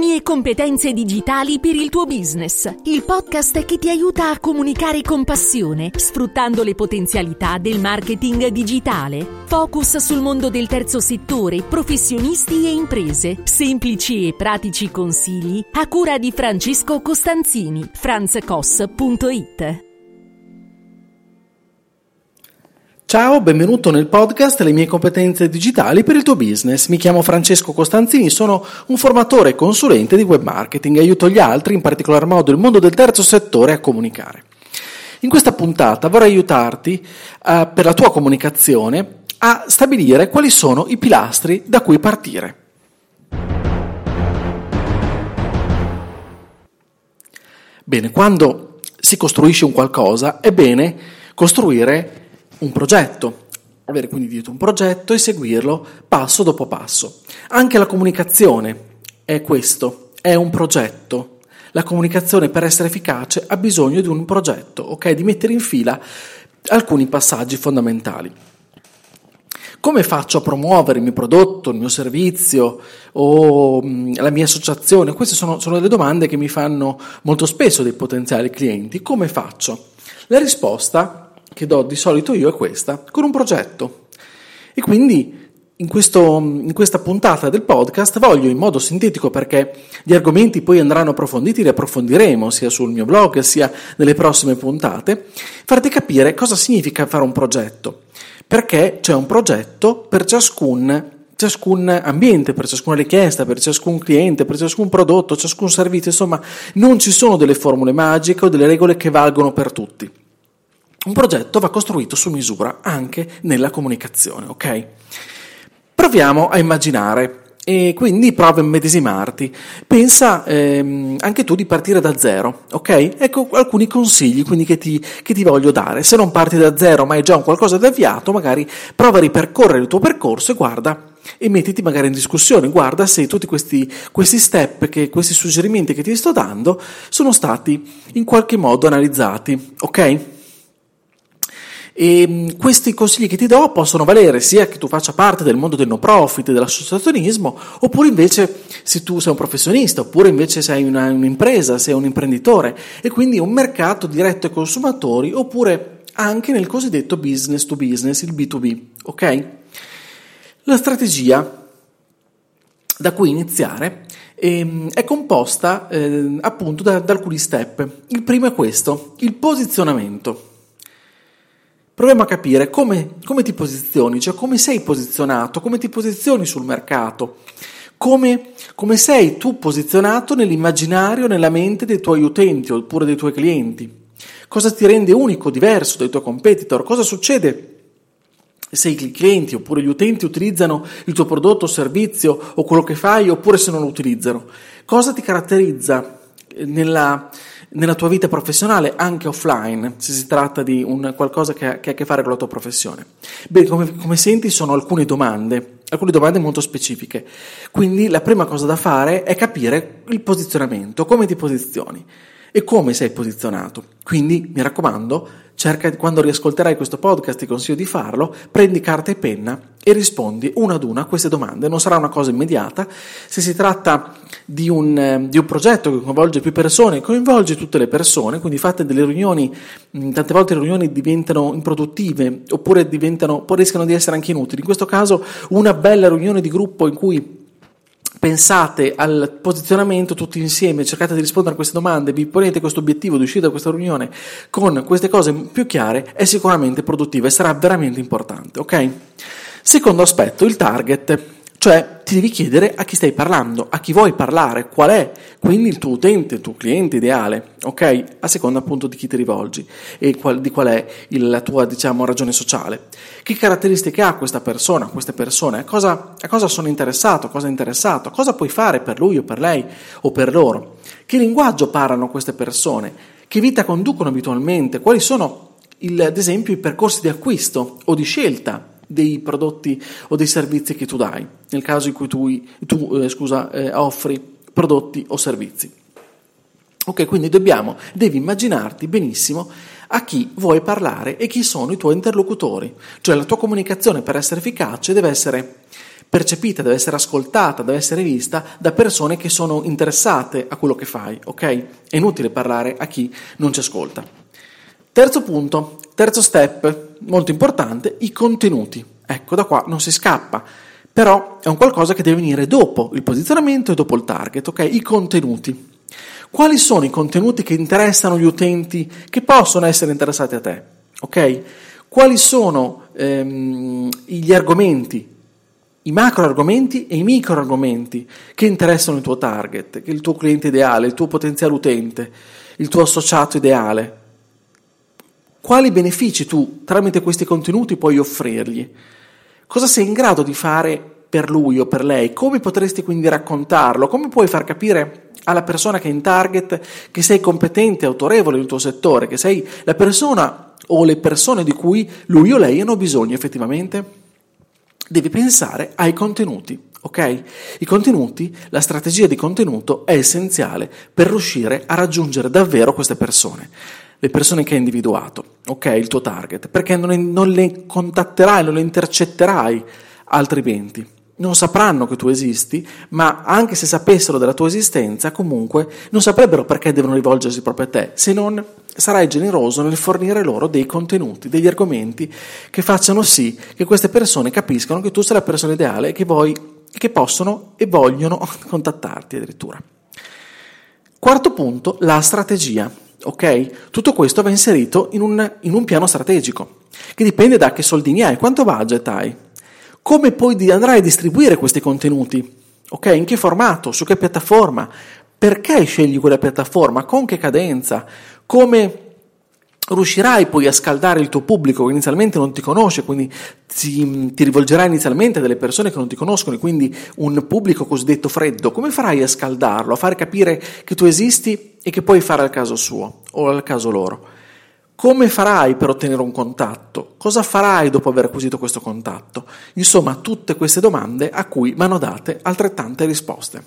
mie competenze digitali per il tuo business. Il podcast che ti aiuta a comunicare con passione, sfruttando le potenzialità del marketing digitale. Focus sul mondo del terzo settore, professionisti e imprese. Semplici e pratici consigli a cura di Francesco Costanzini, franzcos.it. Ciao, benvenuto nel podcast Le mie competenze digitali per il tuo business. Mi chiamo Francesco Costanzini, sono un formatore e consulente di web marketing e aiuto gli altri, in particolar modo il mondo del terzo settore, a comunicare. In questa puntata vorrei aiutarti per la tua comunicazione a stabilire quali sono i pilastri da cui partire. Bene, quando si costruisce un qualcosa è bene costruire un progetto, avere quindi dietro un progetto e seguirlo passo dopo passo. Anche la comunicazione è questo, è un progetto. La comunicazione, per essere efficace, ha bisogno di un progetto, ok? Di mettere in fila alcuni passaggi fondamentali. Come faccio a promuovere il mio prodotto, il mio servizio o la mia associazione? Queste sono delle domande che mi fanno molto spesso dei potenziali clienti. Come faccio? La risposta che do di solito io è questa: con un progetto. E quindi in questa puntata del podcast voglio, in modo sintetico, perché gli argomenti poi andranno approfonditi, li approfondiremo sia sul mio blog sia nelle prossime puntate, farti capire cosa significa fare un progetto, perché c'è un progetto per ciascun ambiente, per ciascuna richiesta, per ciascun cliente, per ciascun prodotto, ciascun servizio. Insomma, non ci sono delle formule magiche o delle regole che valgono per tutti. Un progetto va costruito su misura anche nella comunicazione, ok? Proviamo a immaginare e quindi prova a immedesimarti. Pensa anche tu di partire da zero, ok? Ecco alcuni consigli quindi che ti voglio dare. Se non parti da zero ma hai già un qualcosa di avviato, magari prova a ripercorrere il tuo percorso e guarda e mettiti magari in discussione. Guarda se tutti questi step, questi suggerimenti che ti sto dando sono stati in qualche modo analizzati, ok? E questi consigli che ti do possono valere sia che tu faccia parte del mondo del no profit, dell'associazionismo, oppure invece se tu sei un professionista, oppure invece sei un'impresa, sei un imprenditore e quindi un mercato diretto ai consumatori, oppure anche nel cosiddetto business to business, il B2B, ok? La strategia da cui iniziare è composta appunto da alcuni step. Il primo è questo: il posizionamento. Proviamo a capire come ti posizioni, cioè come sei posizionato, come ti posizioni sul mercato, come sei tu posizionato nell'immaginario, nella mente dei tuoi utenti oppure dei tuoi clienti. Cosa ti rende unico, diverso dai tuoi competitor? Cosa succede se i clienti oppure gli utenti utilizzano il tuo prodotto o servizio o quello che fai, oppure se non lo utilizzano? Cosa ti caratterizza nella tua vita professionale, anche offline, se si tratta di un qualcosa che ha a che fare con la tua professione? Beh, come senti, sono alcune domande molto specifiche. Quindi la prima cosa da fare è capire il posizionamento, come ti posizioni e come sei posizionato. Quindi mi raccomando, quando riascolterai questo podcast, ti consiglio di farlo, prendi carta e penna e rispondi una ad una a queste domande. Non sarà una cosa immediata. Se si tratta di un progetto che coinvolge più persone, coinvolge tutte le persone, quindi fate delle riunioni, tante volte le riunioni diventano improduttive oppure rischiano di essere anche inutili. In questo caso una bella riunione di gruppo in cui pensate al posizionamento tutti insieme, cercate di rispondere a queste domande, vi ponete questo obiettivo di uscire da questa riunione con queste cose più chiare, è sicuramente produttiva e sarà veramente importante, ok? Secondo aspetto, il target, cioè ti devi chiedere a chi stai parlando, a chi vuoi parlare, qual è quindi il tuo utente, il tuo cliente ideale, ok? A seconda appunto di chi ti rivolgi e di qual è la tua, ragione sociale. Che caratteristiche ha questa persona, queste persone? A cosa sono interessato, cosa è interessato? Cosa puoi fare per lui o per lei o per loro? Che linguaggio parlano queste persone? Che vita conducono abitualmente? Quali sono, ad esempio, i percorsi di acquisto o di scelta dei prodotti o dei servizi che tu dai, nel caso in cui tu offri prodotti o servizi. Ok, quindi devi immaginarti benissimo a chi vuoi parlare e chi sono i tuoi interlocutori, cioè la tua comunicazione, per essere efficace, deve essere percepita, deve essere ascoltata, deve essere vista da persone che sono interessate a quello che fai, ok? È inutile parlare a chi non ci ascolta. Terzo punto, terzo step, molto importante, i contenuti. Ecco, da qua non si scappa, però è un qualcosa che deve venire dopo il posizionamento e dopo il target, ok? I contenuti. Quali sono i contenuti che interessano gli utenti che possono essere interessati a te, ok? Quali sono gli argomenti, i macro argomenti e i micro argomenti che interessano il tuo target, il tuo cliente ideale, il tuo potenziale utente, il tuo associato ideale? Quali benefici tu tramite questi contenuti puoi offrirgli? Cosa sei in grado di fare per lui o per lei? Come potresti quindi raccontarlo? Come puoi far capire alla persona che è in target che sei competente, autorevole nel tuo settore, che sei la persona o le persone di cui lui o lei hanno bisogno effettivamente? Devi pensare ai contenuti, ok? I contenuti, la strategia di contenuto è essenziale per riuscire a raggiungere davvero queste persone, le persone che hai individuato, ok? Il tuo target, perché non le contatterai, non le intercetterai altrimenti. Non sapranno che tu esisti, ma anche se sapessero della tua esistenza, comunque non saprebbero perché devono rivolgersi proprio a te, se non sarai generoso nel fornire loro dei contenuti, degli argomenti che facciano sì che queste persone capiscano che tu sei la persona ideale che possono e vogliono contattarti addirittura. Quarto punto, la strategia. Ok? Tutto questo va inserito in un piano strategico, che dipende da che soldini hai, quanto budget hai. Come poi andrai a distribuire questi contenuti? Ok? In che formato? Su che piattaforma? Perché scegli quella piattaforma? Con che cadenza? Come riuscirai poi a scaldare il tuo pubblico che inizialmente non ti conosce, quindi ti rivolgerai inizialmente a delle persone che non ti conoscono, e quindi un pubblico cosiddetto freddo? Come farai a scaldarlo, a fare capire che tu esisti e che puoi fare al caso suo o al caso loro? Come farai per ottenere un contatto? Cosa farai dopo aver acquisito questo contatto? Insomma, tutte queste domande a cui vanno date altrettante risposte.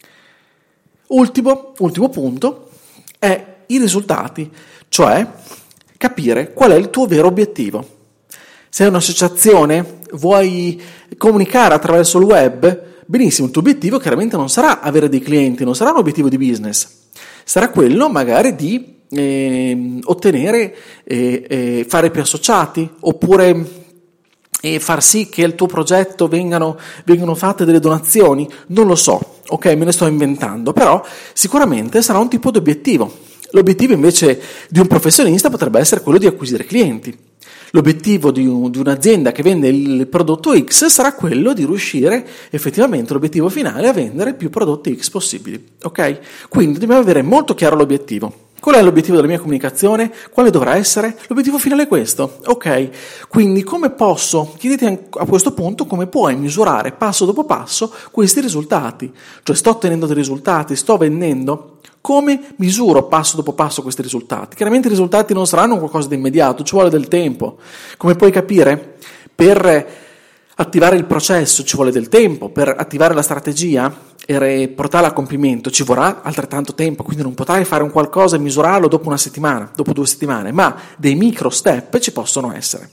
Ultimo punto è i risultati, cioè capire qual è il tuo vero obiettivo. Se è un'associazione, vuoi comunicare attraverso il web, benissimo, il tuo obiettivo chiaramente non sarà avere dei clienti, non sarà un obiettivo di business, sarà quello magari di ottenere fare più associati, oppure far sì che al tuo progetto vengano fatte delle donazioni. Non lo so, ok, me ne sto inventando, però sicuramente sarà un tipo di obiettivo. L'obiettivo invece di un professionista potrebbe essere quello di acquisire clienti. L'obiettivo di un'azienda che vende il prodotto X sarà quello di riuscire effettivamente, l'obiettivo finale, a vendere più prodotti X possibili, ok? Quindi dobbiamo avere molto chiaro l'obiettivo. Qual è l'obiettivo della mia comunicazione? Quale dovrà essere? L'obiettivo finale è questo, ok? Quindi come posso, chiediti a questo punto, come puoi misurare passo dopo passo questi risultati? Cioè, sto ottenendo dei risultati, sto vendendo? Come misuro passo dopo passo questi risultati? Chiaramente i risultati non saranno qualcosa di immediato, ci vuole del tempo. Come puoi capire, per attivare il processo ci vuole del tempo, per attivare la strategia e portarla a compimento ci vorrà altrettanto tempo, quindi non potrai fare un qualcosa e misurarlo dopo una settimana, dopo 2 settimane, ma dei micro step ci possono essere.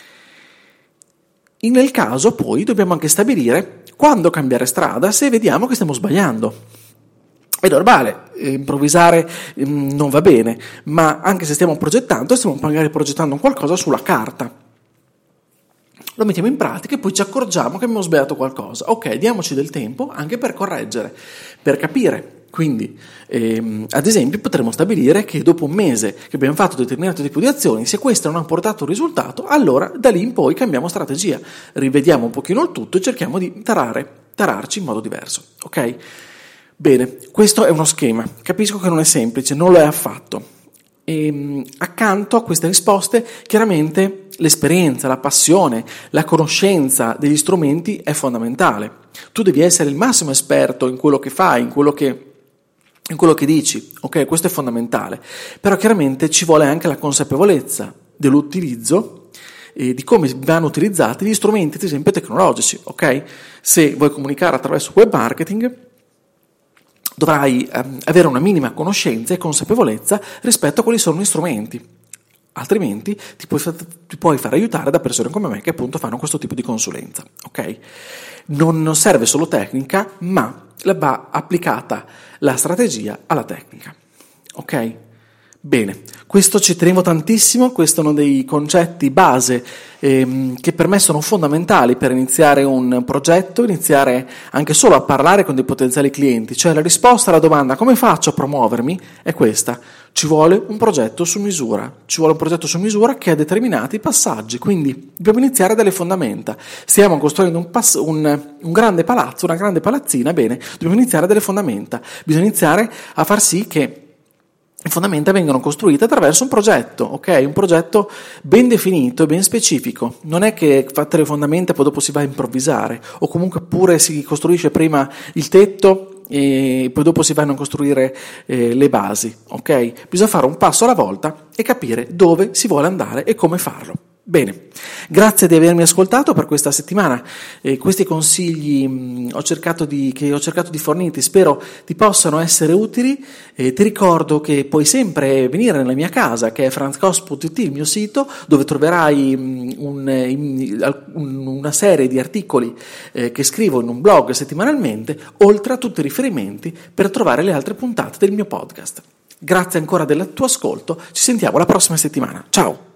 Nel caso poi dobbiamo anche stabilire quando cambiare strada se vediamo che stiamo sbagliando. È normale, improvvisare non va bene, ma anche se stiamo magari progettando qualcosa sulla carta. Lo mettiamo in pratica e poi ci accorgiamo che abbiamo sbagliato qualcosa. Ok, diamoci del tempo anche per correggere, per capire. Quindi, ad esempio, potremmo stabilire che dopo un mese che abbiamo fatto determinato tipo di azioni, se queste non hanno portato un risultato, allora da lì in poi cambiamo strategia, rivediamo un pochino il tutto e cerchiamo di tararci in modo diverso. Ok? Bene, questo è uno schema. Capisco che non è semplice, non lo è affatto. E accanto a queste risposte, chiaramente l'esperienza, la passione, la conoscenza degli strumenti è fondamentale. Tu devi essere il massimo esperto in quello che fai, in quello che dici, ok? Questo è fondamentale. Però chiaramente ci vuole anche la consapevolezza dell'utilizzo e di come vanno utilizzati gli strumenti, ad esempio tecnologici, ok? Se vuoi comunicare attraverso web marketing, dovrai avere una minima conoscenza e consapevolezza rispetto a quali sono gli strumenti. altrimenti ti puoi far aiutare da persone come me che appunto fanno questo tipo di consulenza, ok? Non serve solo tecnica, ma va applicata la strategia alla tecnica, ok? Bene, questo ci tenevo tantissimo, questo è uno dei concetti base che per me sono fondamentali per iniziare un progetto, iniziare anche solo a parlare con dei potenziali clienti, cioè la risposta alla domanda come faccio a promuovermi è questa: ci vuole un progetto su misura, che ha determinati passaggi, quindi dobbiamo iniziare dalle fondamenta. Stiamo costruendo un grande palazzo, una grande palazzina, bene, dobbiamo iniziare dalle fondamenta, bisogna iniziare a far sì che le fondamenta vengono costruite attraverso un progetto, ok? Un progetto ben definito e ben specifico. Non è che fatte le fondamenta e poi dopo si va a improvvisare, o comunque pure si costruisce prima il tetto e poi dopo si vanno a costruire le basi, ok? Bisogna fare un passo alla volta e capire dove si vuole andare e come farlo. Bene, grazie di avermi ascoltato per questa settimana. Questi consigli che ho cercato di fornirti spero ti possano essere utili. Ti ricordo che puoi sempre venire nella mia casa, che è franzcos.it, il mio sito, dove troverai una serie di articoli che scrivo in un blog settimanalmente, oltre a tutti i riferimenti per trovare le altre puntate del mio podcast. Grazie ancora del tuo ascolto, ci sentiamo la prossima settimana. Ciao!